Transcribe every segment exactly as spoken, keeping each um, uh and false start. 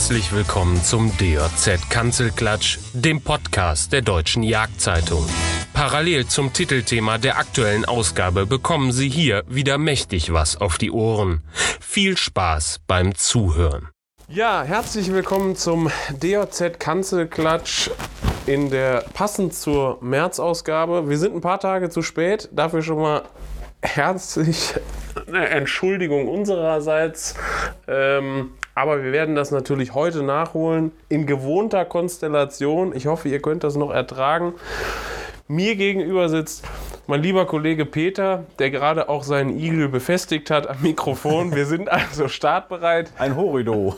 Herzlich willkommen zum D J Z-Kanzelklatsch, dem Podcast der Deutschen Jagdzeitung. Parallel zum Titelthema der aktuellen Ausgabe bekommen Sie hier wieder mächtig was auf die Ohren. Viel Spaß beim Zuhören. Ja, herzlich willkommen zum D J Z-Kanzelklatsch in der passend zur März-Ausgabe. Wir sind ein paar Tage zu spät, dafür schon mal herzlich eine Entschuldigung unsererseits. Ähm, aber wir werden das natürlich heute nachholen in gewohnter Konstellation. Ich hoffe, ihr könnt das noch ertragen. Mir gegenüber sitzt mein lieber Kollege Peter, der gerade auch seinen Igel befestigt hat am Mikrofon. Wir sind also startbereit. Ein Horido.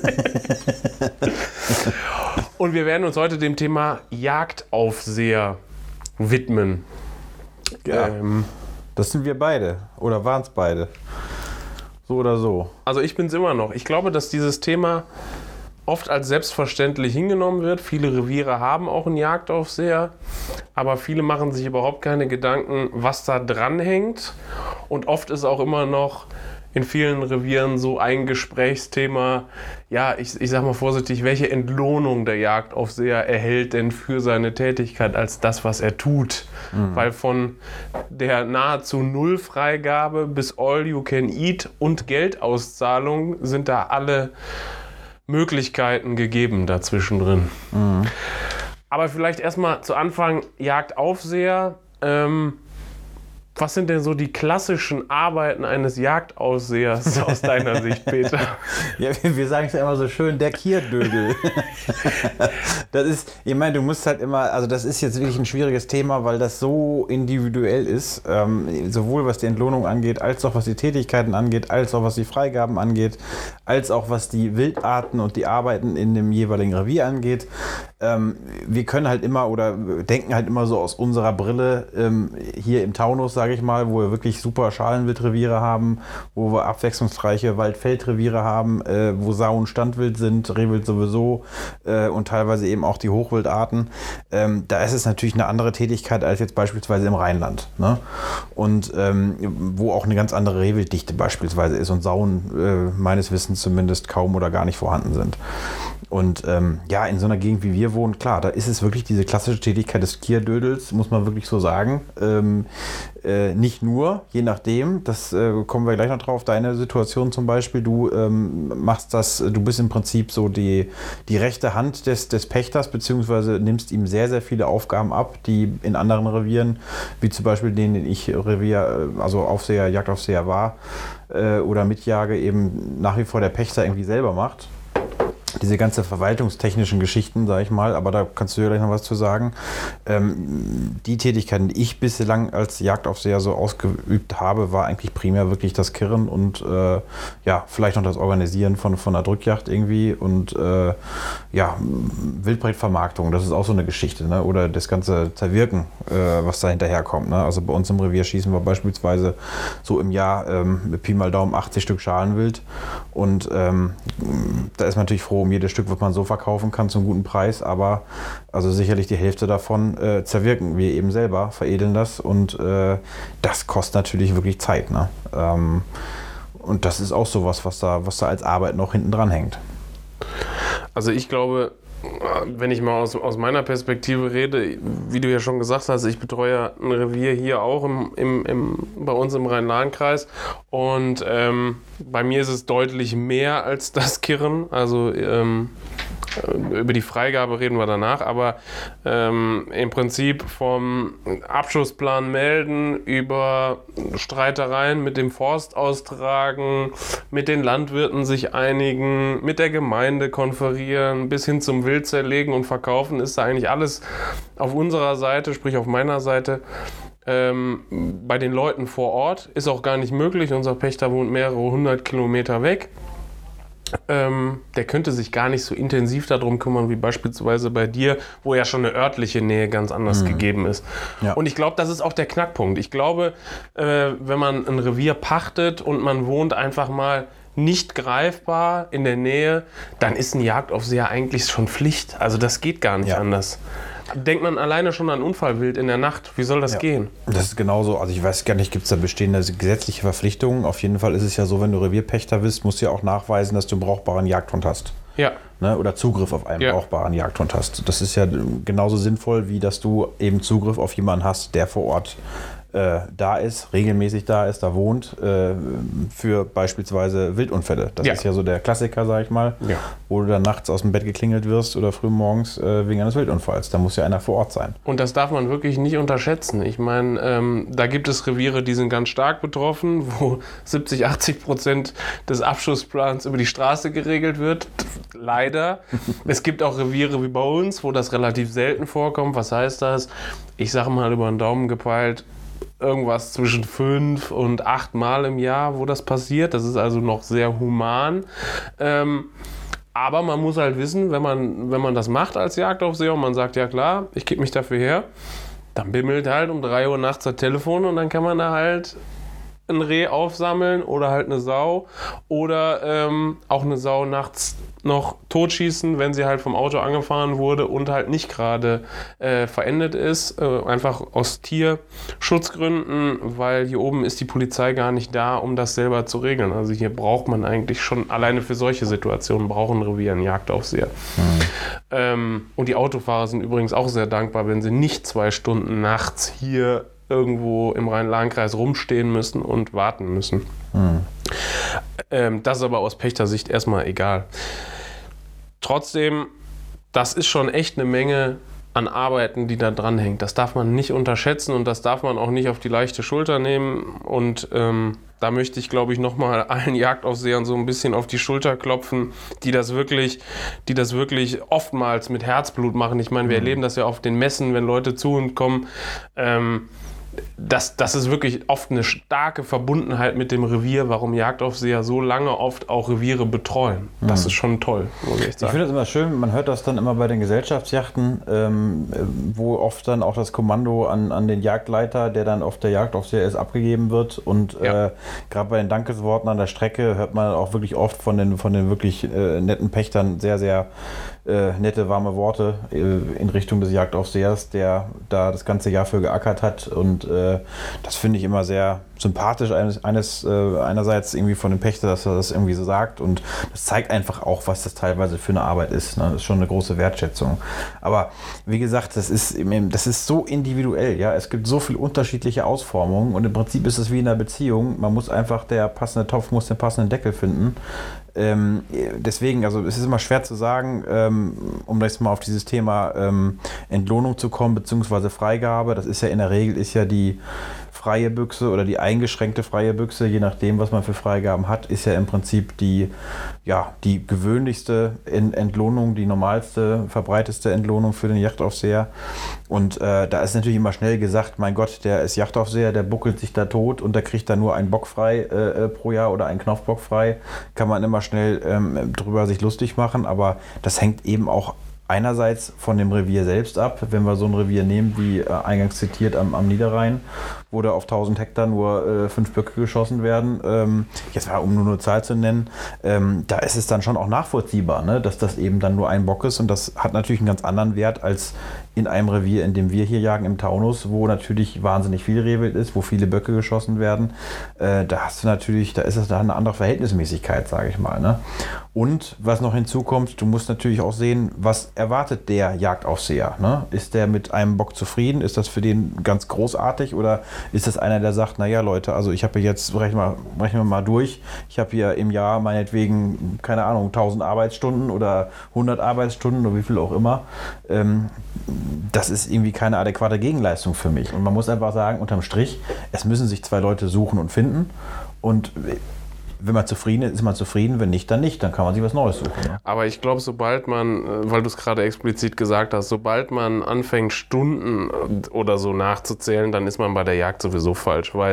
Und wir werden uns heute dem Thema Jagdaufseher widmen. Ja, ähm, das sind wir beide. Oder waren es beide? So oder so. Also ich bin es immer noch. Ich glaube, dass dieses Thema oft als selbstverständlich hingenommen wird. Viele Reviere haben auch einen Jagdaufseher, aber viele machen sich überhaupt keine Gedanken, was da dran hängt. Und oft ist auch immer noch in vielen Revieren so ein Gesprächsthema, ja, ich, ich sag mal vorsichtig, welche Entlohnung der Jagdaufseher erhält denn für seine Tätigkeit als das, was er tut. Mhm. Weil von der nahezu Null-Freigabe bis All-You-Can-Eat und Geldauszahlung sind da alle Möglichkeiten gegeben dazwischen drin. Mhm. Aber vielleicht erstmal zu Anfang Jagdaufseher. Ähm, Was sind denn so die klassischen Arbeiten eines Jagdaufsehers aus deiner Sicht, Peter? Ja, wir sagen es ja immer so schön, der Kierdödel. Das ist, ich meine, du musst halt immer, also das ist jetzt wirklich ein schwieriges Thema, weil das so individuell ist, ähm, sowohl was die Entlohnung angeht, als auch was die Tätigkeiten angeht, als auch was die Freigaben angeht, als auch was die Wildarten und die Arbeiten in dem jeweiligen Revier angeht. Ähm, wir können halt immer oder denken halt immer so aus unserer Brille ähm, hier im Taunus, sage ich mal, wo wir wirklich super Schalenwildreviere haben, wo wir abwechslungsreiche Wald-Feldreviere haben, äh, wo Sau- und Standwild sind, Rehwild sowieso äh, und teilweise eben auch die Hochwildarten. Ähm, da ist es natürlich eine andere Tätigkeit als jetzt beispielsweise im Rheinland, ne? Und ähm, wo auch eine ganz andere Rehwilddichte beispielsweise ist und Sauen äh, meines Wissens zumindest kaum oder gar nicht vorhanden sind. Und ähm, ja, in so einer Gegend wie wir wohnen, klar, da ist es wirklich diese klassische Tätigkeit des Kierdödels, muss man wirklich so sagen. Ähm, äh, nicht nur, je nachdem, das äh, kommen wir gleich noch drauf, deine Situation zum Beispiel, du ähm, machst das, du bist im Prinzip so die, die rechte Hand des, des Pächters, beziehungsweise nimmst ihm sehr, sehr viele Aufgaben ab, die in anderen Revieren, wie zum Beispiel denen, den ich Revier, also Aufseher, Jagdaufseher war äh, oder mitjage, eben nach wie vor der Pächter irgendwie selber macht. Diese ganze verwaltungstechnischen Geschichten, sage ich mal, aber da kannst du ja gleich noch was zu sagen. Ähm, die Tätigkeiten, die ich bislang als Jagdaufseher so ausgeübt habe, war eigentlich primär wirklich das Kirren und äh, ja, vielleicht noch das Organisieren von, von einer Drückjagd irgendwie und äh, ja, Wildbretvermarktung, das ist auch so eine Geschichte, ne? Oder das ganze Zerwirken, äh, was da hinterherkommt, ne? Also bei uns im Revier schießen wir beispielsweise so im Jahr ähm, mit Pi mal Daumen achtzig Stück Schalenwild und ähm, da ist man natürlich froh um jedes Stück, was man so verkaufen kann zum guten Preis, aber also sicherlich die Hälfte davon äh, zerwirken wir eben selber, veredeln das und äh, das kostet natürlich wirklich Zeit, ne? Ähm, und das ist auch sowas, was da, was da als Arbeit noch hinten dran hängt. Also ich glaube, wenn ich mal aus, aus meiner Perspektive rede, wie du ja schon gesagt hast, ich betreue ein Revier hier auch im, im, im, bei uns im Rhein-Lahn-Kreis und ähm, bei mir ist es deutlich mehr als das Kirren, also ähm, über die Freigabe reden wir danach, aber ähm, im Prinzip vom Abschussplan melden über Streitereien mit dem Forst austragen, mit den Landwirten sich einigen, mit der Gemeinde konferieren, bis hin zum Wild zerlegen und verkaufen, ist da eigentlich alles auf unserer Seite, sprich auf meiner Seite, ähm, bei den Leuten vor Ort. Ist auch gar nicht möglich, unser Pächter wohnt mehrere hundert Kilometer weg. Ähm, der könnte sich gar nicht so intensiv darum kümmern wie beispielsweise bei dir, wo ja schon eine örtliche Nähe ganz anders mhm. gegeben ist. Ja. Und ich glaube, das ist auch der Knackpunkt. Ich glaube, äh, wenn man ein Revier pachtet und man wohnt einfach mal nicht greifbar in der Nähe, dann ist ein Jagdaufseher eigentlich schon Pflicht. Also das geht gar nicht ja. anders. Denkt man alleine schon an Unfallwild in der Nacht. Wie soll das ja. gehen? Das ist genauso. Also ich weiß gar nicht, gibt es da bestehende gesetzliche Verpflichtungen? Auf jeden Fall ist es ja so, wenn du Revierpächter bist, musst du ja auch nachweisen, dass du einen brauchbaren Jagdhund hast. Ja. Ne, oder Zugriff auf einen ja. brauchbaren Jagdhund hast. Das ist ja genauso sinnvoll, wie dass du eben Zugriff auf jemanden hast, der vor Ort äh, da ist, regelmäßig da ist, da wohnt, äh, für beispielsweise Wildunfälle. Das ja. ist ja so der Klassiker, sag ich mal, ja. wo du dann nachts aus dem Bett geklingelt wirst oder früh morgens äh, wegen eines Wildunfalls. Da muss ja einer vor Ort sein. Und das darf man wirklich nicht unterschätzen. Ich meine, ähm, da gibt es Reviere, die sind ganz stark betroffen, wo siebzig, achtzig Prozent des Abschussplans über die Straße geregelt wird. Leider. Es gibt auch Reviere wie bei uns, wo das relativ selten vorkommt. Was heißt das? Ich sage mal über den Daumen gepeilt, irgendwas zwischen fünf und acht Mal im Jahr, wo das passiert. Das ist also noch sehr human. Ähm, aber man muss halt wissen, wenn man, wenn man das macht als Jagdaufseher und man sagt, ja klar, ich gebe mich dafür her, dann bimmelt halt um drei Uhr nachts das Telefon und dann kann man da halt ein Reh aufsammeln oder halt eine Sau oder ähm, auch eine Sau nachts noch totschießen, wenn sie halt vom Auto angefahren wurde und halt nicht gerade äh, verendet ist. Äh, einfach aus Tierschutzgründen, weil hier oben ist die Polizei gar nicht da, um das selber zu regeln. Also hier braucht man eigentlich schon, alleine für solche Situationen brauchen Revier einen Jagdaufseher. Mhm. Ähm, und die Autofahrer sind übrigens auch sehr dankbar, wenn sie nicht zwei Stunden nachts hier irgendwo im Rhein-Lahn-Kreis rumstehen müssen und warten müssen. Mhm. Ähm, das ist aber aus Pächtersicht erstmal egal. Trotzdem, das ist schon echt eine Menge an Arbeiten, die da dranhängt. Das darf man nicht unterschätzen und das darf man auch nicht auf die leichte Schulter nehmen. Und ähm, da möchte ich, glaube ich, nochmal allen Jagdaufsehern so ein bisschen auf die Schulter klopfen, die das wirklich, die das wirklich oftmals mit Herzblut machen. Ich meine, wir mhm. erleben das ja auf den Messen, wenn Leute zu uns kommen. Ähm, Das, das ist wirklich oft eine starke Verbundenheit mit dem Revier, warum Jagdaufseher so lange oft auch Reviere betreuen. Das mhm. ist schon toll, muss ich sagen. Ich finde das immer schön, man hört das dann immer bei den Gesellschaftsjachten, ähm, wo oft dann auch das Kommando an, an den Jagdleiter, der dann oft der Jagdaufseher ist, abgegeben wird. Und ja. äh, gerade bei den Dankesworten an der Strecke hört man auch wirklich oft von den, von den wirklich äh, netten Pächtern sehr, sehr äh, nette, warme Worte äh, in Richtung des Jagdaufsehers, der da das ganze Jahr für geackert hat. Und äh, das finde ich immer sehr sympathisch, eines, eines äh, einerseits irgendwie von dem Pächter, dass er das irgendwie so sagt, und das zeigt einfach auch, was das teilweise für eine Arbeit ist. Ne? Das ist schon eine große Wertschätzung. Aber wie gesagt, das ist, das ist so individuell. Ja? Es gibt so viele unterschiedliche Ausformungen und im Prinzip ist es wie in einer Beziehung. Man muss einfach, der passende Topf muss den passenden Deckel finden. Ähm, deswegen, also es ist immer schwer zu sagen, ähm, um jetzt mal auf dieses Thema ähm, Entlohnung zu kommen, beziehungsweise Freigabe. Das ist ja in der Regel ist ja die freie Büchse oder die eingeschränkte freie Büchse, je nachdem, was man für Freigaben hat, ist ja im Prinzip die, ja, die gewöhnlichste Entlohnung, die normalste, verbreiteste Entlohnung für den Jagdaufseher. Und äh, da ist natürlich immer schnell gesagt, mein Gott, der ist Jagdaufseher, der buckelt sich da tot und der kriegt da nur einen Bock frei äh, pro Jahr oder einen Knopfbock frei. Kann man immer schnell ähm, drüber sich lustig machen, aber das hängt eben auch einerseits von dem Revier selbst ab. Wenn wir so ein Revier nehmen, wie äh, eingangs zitiert am, am Niederrhein, wo da auf tausend Hektar nur äh, fünf Böcke geschossen werden, ähm, jetzt mal um nur eine Zahl zu nennen, ähm, da ist es dann schon auch nachvollziehbar, ne, dass das eben dann nur ein Bock ist, und das hat natürlich einen ganz anderen Wert als in einem Revier, in dem wir hier jagen, im Taunus, wo natürlich wahnsinnig viel Rehwild ist, wo viele Böcke geschossen werden. Äh, da hast du natürlich, da ist es da eine andere Verhältnismäßigkeit, sage ich mal. Ne? Und was noch hinzukommt, du musst natürlich auch sehen, was erwartet der Jagdaufseher. Ne? Ist der mit einem Bock zufrieden? Ist das für den ganz großartig? Oder ist das einer, der sagt, naja Leute, also ich habe jetzt, rechnen wir, rechnen wir mal durch, ich habe hier im Jahr meinetwegen, keine Ahnung, tausend Arbeitsstunden oder hundert Arbeitsstunden oder wie viel auch immer. Ähm, das ist irgendwie keine adäquate Gegenleistung für mich. Und man muss einfach sagen, unterm Strich, es müssen sich zwei Leute suchen und finden. Und wenn man zufrieden ist, ist man zufrieden. Wenn nicht, dann nicht. Dann kann man sich was Neues suchen. Ne? Aber ich glaube, sobald man, weil du es gerade explizit gesagt hast, sobald man anfängt, Stunden oder so nachzuzählen, dann ist man bei der Jagd sowieso falsch. Weil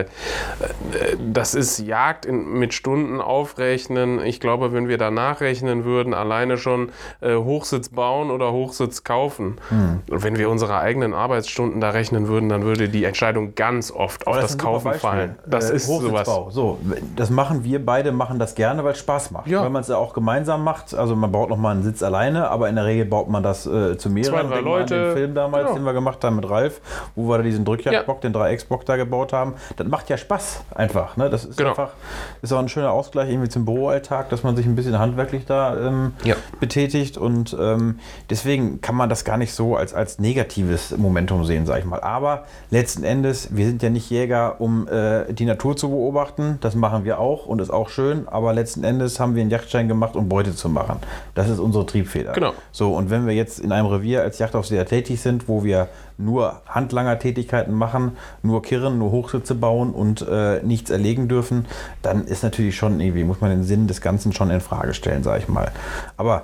äh, das ist Jagd in, mit Stunden aufrechnen. Ich glaube, wenn wir da nachrechnen würden, alleine schon äh, Hochsitz bauen oder Hochsitz kaufen. Hm. Wenn wir unsere eigenen Arbeitsstunden da rechnen würden, dann würde die Entscheidung ganz oft auf das, das Kaufen fallen. Das äh, ist sowas. So, das machen wir bei beide machen das gerne, weil es Spaß macht. Ja. Weil man es ja auch gemeinsam macht. Also man baut nochmal einen Sitz alleine, aber in der Regel baut man das äh, zu mehreren. Zwei, drei Denk mal Leute. An den Film damals, Genau. den wir gemacht haben mit Ralf, wo wir diesen Drückjagdbock, Ja. den Dreiecksbock da gebaut haben. Das macht ja Spaß einfach. Ne? Das ist Genau. einfach, ist auch ein schöner Ausgleich irgendwie zum Büroalltag, dass man sich ein bisschen handwerklich da ähm, Ja. betätigt. Und ähm, deswegen kann man das gar nicht so als, als negatives Momentum sehen, sag ich mal. Aber letzten Endes, wir sind ja nicht Jäger, um äh, die Natur zu beobachten. Das machen wir auch und ist auch schön. Aber letzten Endes haben wir einen Jagdschein gemacht, um Beute zu machen. Das ist unsere Triebfeder. Genau. So, und wenn wir jetzt in einem Revier als Jagdaufseher tätig sind, wo wir nur Handlanger-Tätigkeiten machen, nur kirren, nur Hochsitze bauen und äh, nichts erlegen dürfen, dann ist natürlich schon irgendwie, muss man den Sinn des Ganzen schon in Frage stellen, sag ich mal. Aber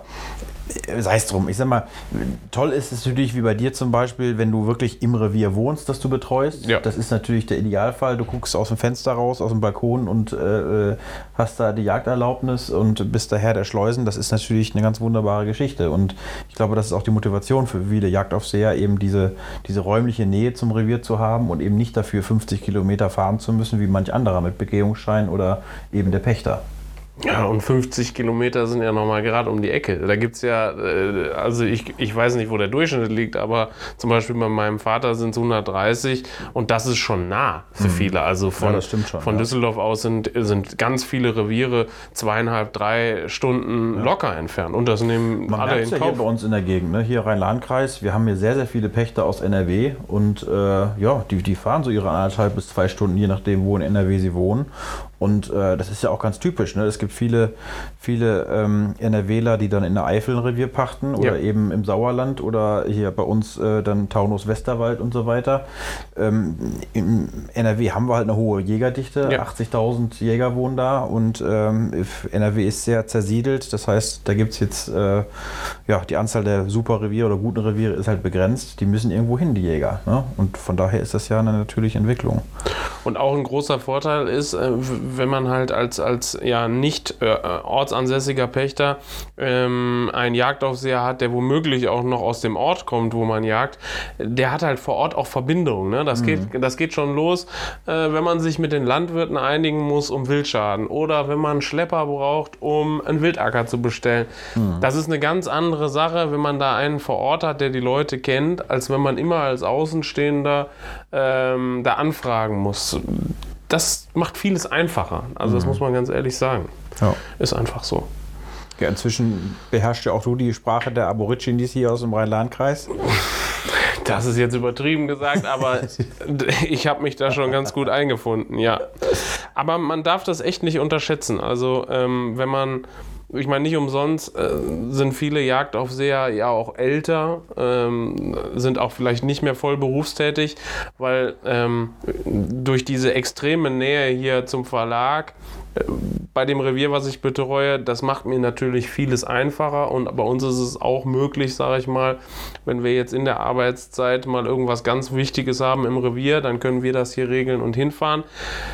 sei es drum. Ich sag mal, toll ist es natürlich wie bei dir zum Beispiel, wenn du wirklich im Revier wohnst, das du betreust. Ja. Das ist natürlich der Idealfall. Du guckst aus dem Fenster raus, aus dem Balkon und äh, hast da die Jagderlaubnis und bist der Herr der Schleusen. Das ist natürlich eine ganz wunderbare Geschichte. Und ich glaube, das ist auch die Motivation für viele Jagdaufseher, eben diese, diese räumliche Nähe zum Revier zu haben und eben nicht dafür fünfzig Kilometer fahren zu müssen, wie manch anderer mit Begehungsschein oder eben der Pächter. Ja, und fünfzig Kilometer sind ja nochmal gerade um die Ecke. Da gibt es ja, äh, also ich, ich weiß nicht, wo der Durchschnitt liegt, aber zum Beispiel bei meinem Vater sind es hundertdreißig und das ist schon nah für viele. Also von, Ja, das stimmt schon, von ja. Düsseldorf aus sind, sind ganz viele Reviere zweieinhalb, drei Stunden locker entfernt und das nehmen Man alle merkt in ja hier Kauf. bei uns in der Gegend, ne? Hier Rhein-Lahn-Kreis, wir haben hier sehr, sehr viele Pächter aus N R W und äh, ja, die, die fahren so ihre anderthalb bis zwei Stunden, je nachdem, wo in N R W sie wohnen. Und äh, das ist ja auch ganz typisch. Ne? Es gibt viele, viele ähm, NRWler, die dann in der Eifel ein Revier pachten oder Ja. eben im Sauerland oder hier bei uns äh, dann Taunus-Westerwald und so weiter. Ähm, Im N R W haben wir halt eine hohe Jägerdichte, Ja. achtzigtausend Jäger wohnen da und ähm, N R W ist sehr zersiedelt. Das heißt, da gibt es jetzt, äh, ja, die Anzahl der Superreviere oder guten Reviere ist halt begrenzt. Die müssen irgendwo hin, die Jäger. Ne? Und von daher ist das ja eine natürliche Entwicklung. Und auch ein großer Vorteil ist, äh, wenn man halt als, als ja, nicht äh, ortsansässiger Pächter ähm, einen Jagdaufseher hat, der womöglich auch noch aus dem Ort kommt, wo man jagt, der hat halt vor Ort auch Verbindungen. Ne? Das, mhm. geht, das geht schon los, äh, wenn man sich mit den Landwirten einigen muss um Wildschaden oder wenn man einen Schlepper braucht, um einen Wildacker zu bestellen. Mhm. Das ist eine ganz andere Sache, wenn man da einen vor Ort hat, der die Leute kennt, als wenn man immer als Außenstehender ähm, da anfragen muss. Das macht vieles einfacher. Also das muss man ganz ehrlich sagen. Ja. Ist einfach so. Ja, inzwischen beherrscht ja auch du die Sprache der Aborigines hier aus dem Rhein-Lahn-Kreis. Das ist jetzt übertrieben gesagt, aber ich habe mich da schon ganz gut eingefunden, ja. Aber man darf das echt nicht unterschätzen. Also ähm, wenn man, ich meine nicht umsonst, äh, sind viele Jagdaufseher ja auch älter, ähm, sind auch vielleicht nicht mehr voll berufstätig, weil ähm, durch diese extreme Nähe hier zum Verlag, bei dem Revier, was ich betreue, das macht mir natürlich vieles einfacher und bei uns ist es auch möglich, sage ich mal, wenn wir jetzt in der Arbeitszeit mal irgendwas ganz Wichtiges haben im Revier, dann können wir das hier regeln und hinfahren.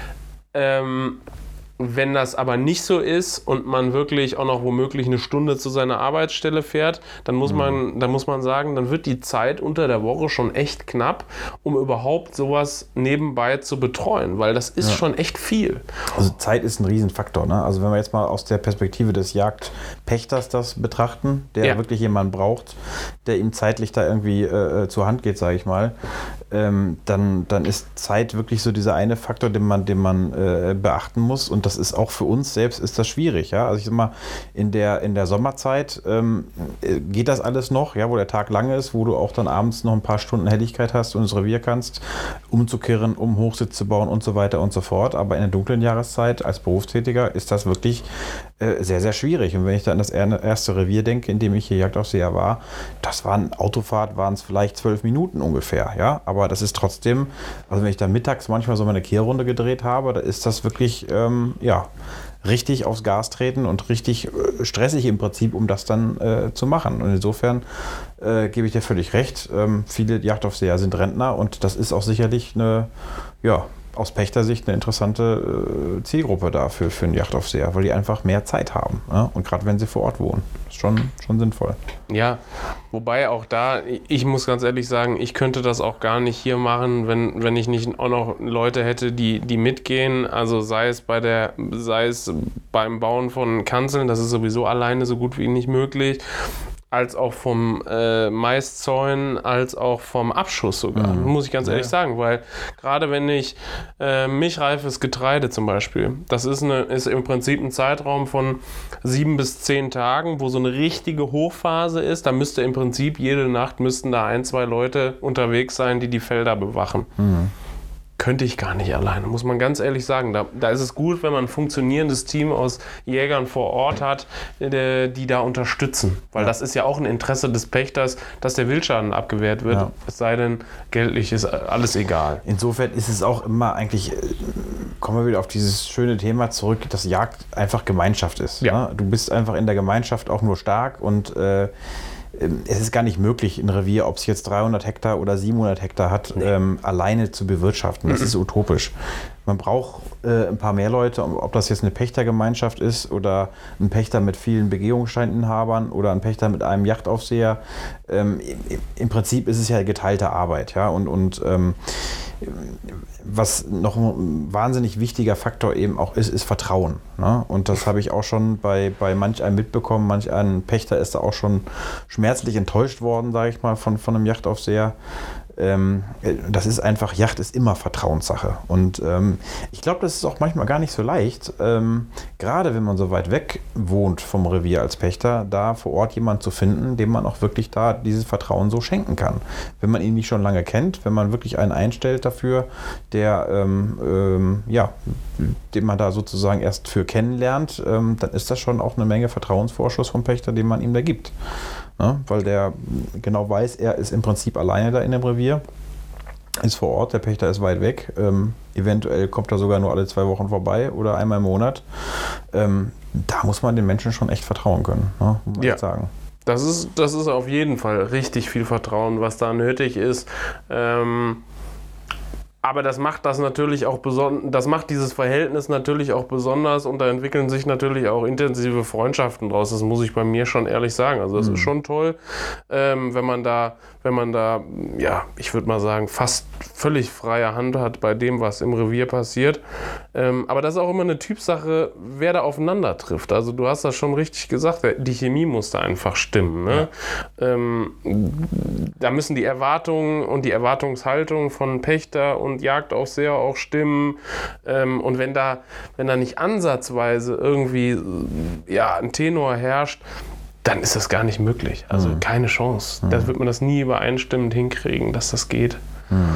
Ähm, Wenn das aber nicht so ist und man wirklich auch noch womöglich eine Stunde zu seiner Arbeitsstelle fährt, dann muss man, dann muss man sagen, dann wird die Zeit unter der Woche schon echt knapp, um überhaupt sowas nebenbei zu betreuen, weil das ist ja schon echt viel. Also Zeit ist ein Riesenfaktor. Ne? Also wenn wir jetzt mal aus der Perspektive des Jagdpächters das betrachten, der ja. wirklich jemanden braucht, der ihm zeitlich da irgendwie äh, zur Hand geht, sage ich mal, ähm, dann, dann ist Zeit wirklich so dieser eine Faktor, den man, den man äh, beachten muss. Und das ist auch für uns selbst ist das schwierig. Ja? Also ich sag mal, in der, in der Sommerzeit ähm, geht das alles noch, ja, wo der Tag lang ist, wo du auch dann abends noch ein paar Stunden Helligkeit hast und ins Revier kannst, umzukehren, um Hochsitz zu bauen und so weiter und so fort. Aber in der dunklen Jahreszeit als Berufstätiger ist das wirklich äh, sehr, sehr schwierig. Und wenn ich dann an das erste Revier denke, in dem ich hier Jagdaufseher war, das waren Autofahrt, waren es vielleicht zwölf Minuten ungefähr. Ja? Aber das ist trotzdem, also wenn ich dann mittags manchmal so meine Kehrrunde gedreht habe, da ist das wirklich, ähm, ja, richtig aufs Gas treten und richtig äh, stressig im Prinzip, um das dann äh, zu machen. Und insofern äh, gebe ich dir völlig recht. Ähm, viele Jagdaufseher sind Rentner und das ist auch sicherlich eine, ja, aus Pächtersicht eine interessante äh, Zielgruppe dafür für einen Yachtaufseher, weil die einfach mehr Zeit haben. Ja? Und gerade wenn sie vor Ort wohnen. Das ist schon, schon sinnvoll. Ja, wobei auch da, ich muss ganz ehrlich sagen, ich könnte das auch gar nicht hier machen, wenn, wenn ich nicht auch noch Leute hätte, die, die mitgehen. Also sei es bei der, sei es beim Bauen von Kanzeln, das ist sowieso alleine so gut wie nicht möglich, als auch vom äh, Maiszäunen, als auch vom Abschuss sogar, mhm. muss ich ganz ehrlich ja. sagen, weil gerade wenn ich äh, milchreifes Getreide zum Beispiel, das ist, eine, ist im Prinzip ein Zeitraum von sieben bis zehn Tagen, wo so eine richtige Hochphase ist, da müsste im Prinzip jede Nacht müssten da ein, zwei Leute unterwegs sein, die die Felder bewachen. Mhm. Könnte ich gar nicht alleine, muss man ganz ehrlich sagen. Da, da ist es gut, wenn man ein funktionierendes Team aus Jägern vor Ort hat, die, die da unterstützen. Weil ja. das ist ja auch ein Interesse des Pächters, dass der Wildschaden abgewehrt wird. Ja. Es sei denn, geldlich ist alles egal. Insofern ist es auch immer eigentlich, kommen wir wieder auf dieses schöne Thema zurück, dass Jagd einfach Gemeinschaft ist. Ja. Ne? Du bist einfach in der Gemeinschaft auch nur stark und äh, es ist gar nicht möglich, ein Revier, ob es jetzt dreihundert Hektar oder siebenhundert Hektar hat, nee. ähm, alleine zu bewirtschaften. Das mhm. ist utopisch. Man braucht äh, ein paar mehr Leute, ob das jetzt eine Pächtergemeinschaft ist oder ein Pächter mit vielen Begehungsscheininhabern oder ein Pächter mit einem Yachtaufseher. Ähm, im, Im Prinzip ist es ja geteilte Arbeit. Ja? Und, und ähm, was noch ein wahnsinnig wichtiger Faktor eben auch ist, ist Vertrauen. Ne? Und das habe ich auch schon bei, bei manch einem mitbekommen. Manch ein Pächter ist da auch schon schmerzlich enttäuscht worden, sage ich mal, von, von einem Yachtaufseher. Ähm, das ist einfach, Yacht ist immer Vertrauenssache. Und ähm, ich glaube, das ist auch manchmal gar nicht so leicht, ähm, gerade wenn man so weit weg wohnt vom Revier als Pächter, da vor Ort jemanden zu finden, dem man auch wirklich da dieses Vertrauen so schenken kann. Wenn man ihn nicht schon lange kennt, wenn man wirklich einen einstellt dafür, der, ähm, ähm, ja, den man da sozusagen erst für kennenlernt, ähm, dann ist das schon auch eine Menge Vertrauensvorschuss vom Pächter, den man ihm da gibt. Ja, weil der genau weiß, er ist im Prinzip alleine da in dem Revier, ist vor Ort, der Pächter ist weit weg, ähm, eventuell kommt er sogar nur alle zwei Wochen vorbei oder einmal im Monat. Ähm, da muss man den Menschen schon echt vertrauen können, ne, muss man ja. echt sagen. Das ist, das ist auf jeden Fall richtig viel Vertrauen, was da nötig ist. Ähm Aber das macht das natürlich auch beson- das macht dieses Verhältnis natürlich auch besonders und da entwickeln sich natürlich auch intensive Freundschaften draus. Das muss ich bei mir schon ehrlich sagen. Also das mhm. ist schon toll, ähm, wenn man da, wenn man da, ja, ich würde mal sagen, fast völlig freie Hand hat bei dem, was im Revier passiert. Ähm, aber das ist auch immer eine Typsache, wer da aufeinander trifft. Also du hast das schon richtig gesagt, die Chemie muss da einfach stimmen. Ne? Ja. Ähm, da müssen die Erwartungen und die Erwartungshaltung von Pächter und Jagdaufseher auch stimmen. Ähm, und wenn da, wenn da nicht ansatzweise irgendwie ja, ein Tenor herrscht, dann ist das gar nicht möglich. Also mhm. keine Chance. Mhm. Da wird man das nie übereinstimmend hinkriegen, dass das geht. Mhm.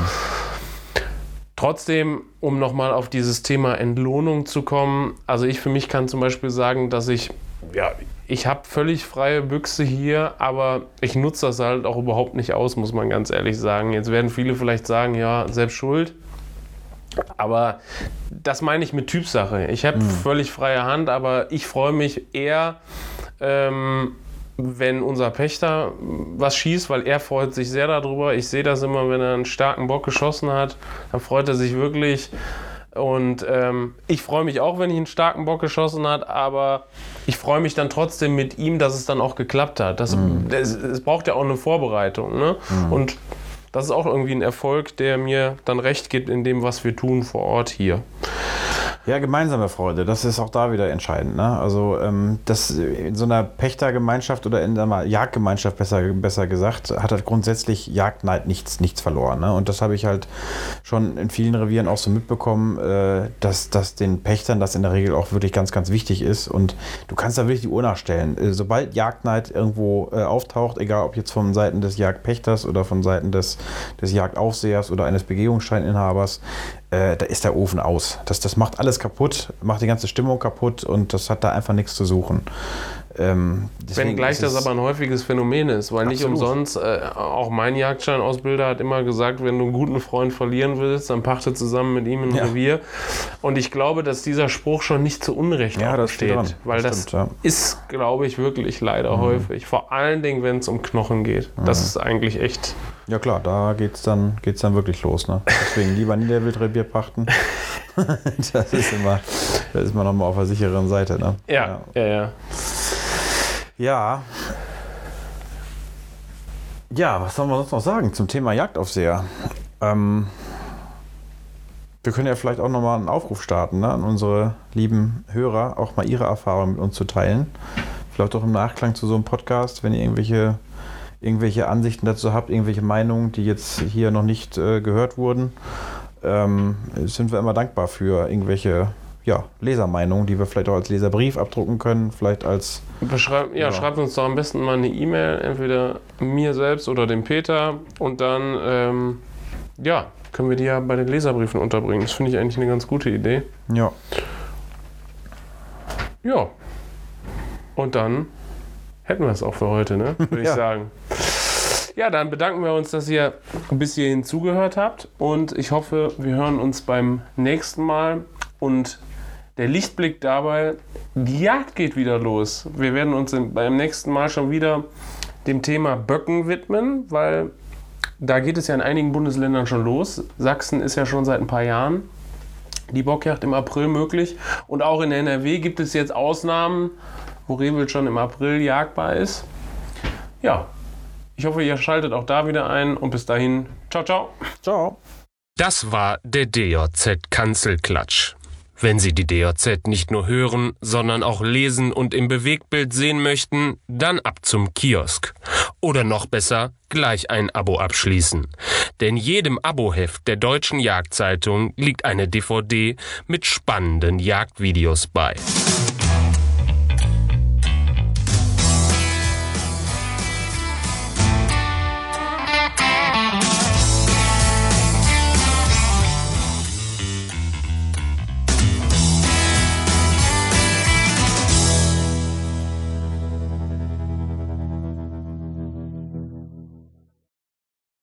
Trotzdem, um nochmal auf dieses Thema Entlohnung zu kommen, also ich für mich kann zum Beispiel sagen, dass ich, ja, ich habe völlig freie Büchse hier, aber ich nutze das halt auch überhaupt nicht aus, muss man ganz ehrlich sagen. Jetzt werden viele vielleicht sagen, ja, selbst schuld. Aber das meine ich mit Typsache. Ich habe mhm. völlig freie Hand, aber ich freue mich eher, ähm, wenn unser Pächter was schießt, weil er freut sich sehr darüber. Ich sehe das immer, wenn er einen starken Bock geschossen hat, dann freut er sich wirklich. Und ähm, ich freue mich auch, wenn ich einen starken Bock geschossen hat, aber ich freue mich dann trotzdem mit ihm, dass es dann auch geklappt hat. Das, mhm. das, es braucht ja auch eine Vorbereitung. Ne? Mhm. Und das ist auch irgendwie ein Erfolg, der mir dann recht gibt in dem, was wir tun vor Ort hier. Ja, gemeinsame Freude, das ist auch da wieder entscheidend. Ne? Also ähm, das in so einer Pächtergemeinschaft oder in einer Jagdgemeinschaft, besser, besser gesagt, hat halt grundsätzlich Jagdneid nichts, nichts verloren. Ne? Und das habe ich halt schon in vielen Revieren auch so mitbekommen, äh, dass, dass den Pächtern das in der Regel auch wirklich ganz, ganz wichtig ist. Und du kannst da wirklich die Uhr nachstellen. Äh, sobald Jagdneid irgendwo äh, auftaucht, egal ob jetzt von Seiten des Jagdpächters oder von Seiten des, des Jagdaufsehers oder eines Begehungsscheininhabers, äh, da ist der Ofen aus. Das, das macht alles kaputt, macht die ganze Stimmung kaputt und das hat da einfach nichts zu suchen. Ähm, Wenngleich das aber ein häufiges Phänomen ist, weil nicht Absolut. umsonst, äh, auch mein Jagdscheinausbilder hat immer gesagt, wenn du einen guten Freund verlieren willst, dann pachte zusammen mit ihm ein Ja. Revier. Und ich glaube, dass dieser Spruch schon nicht zu Unrecht Ja, auch das besteht, steht dran. weil Das das, stimmt, ja. ist, glaube ich, wirklich leider häufig. Vor allen Dingen, wenn es um Knochen geht. Das ist eigentlich echt... Ja klar, da geht's dann, geht's dann wirklich los. Ne? Deswegen lieber nie der Wildrevier pachten. Das ist immer, da ist man nochmal auf der sicheren Seite. Ne? Ja, ja, ja. Ja. Ja, was sollen wir sonst noch sagen zum Thema Jagdaufseher? Ähm, wir können ja vielleicht auch nochmal einen Aufruf starten, ne, an unsere lieben Hörer, auch mal ihre Erfahrungen mit uns zu teilen. Vielleicht auch im Nachklang zu so einem Podcast, wenn ihr irgendwelche, irgendwelche Ansichten dazu habt, irgendwelche Meinungen, die jetzt hier noch nicht äh, gehört wurden. Ähm, sind wir immer dankbar für irgendwelche ja, Lesermeinungen, die wir vielleicht auch als Leserbrief abdrucken können, vielleicht als... Beschreib, ja, Ja. schreibt uns doch am besten mal eine E-Mail, entweder mir selbst oder dem Peter. Und dann, ähm, ja, können wir die ja bei den Leserbriefen unterbringen. Das finde ich eigentlich eine ganz gute Idee. Ja. Ja. Und dann hätten wir es auch für heute, ne? Würde Ja. ich sagen. Ja, dann bedanken wir uns, dass ihr bis hierhin zugehört habt. Und ich hoffe, wir hören uns beim nächsten Mal. Und der Lichtblick dabei, die Jagd geht wieder los. Wir werden uns im, beim nächsten Mal schon wieder dem Thema Böcken widmen, weil da geht es ja in einigen Bundesländern schon los. Sachsen ist ja schon seit ein paar Jahren die Bockjagd im April möglich. Und auch in N R W gibt es jetzt Ausnahmen, wo Rehwild schon im April jagdbar ist. Ja, ich hoffe, ihr schaltet auch da wieder ein. Und bis dahin, ciao, ciao. Ciao. Das war der D J Z-Kanzelklatsch. Wenn Sie die D J Z nicht nur hören, sondern auch lesen und im Bewegtbild sehen möchten, dann ab zum Kiosk. Oder noch besser, gleich ein Abo abschließen. Denn jedem Aboheft der Deutschen Jagdzeitung liegt eine D V D mit spannenden Jagdvideos bei.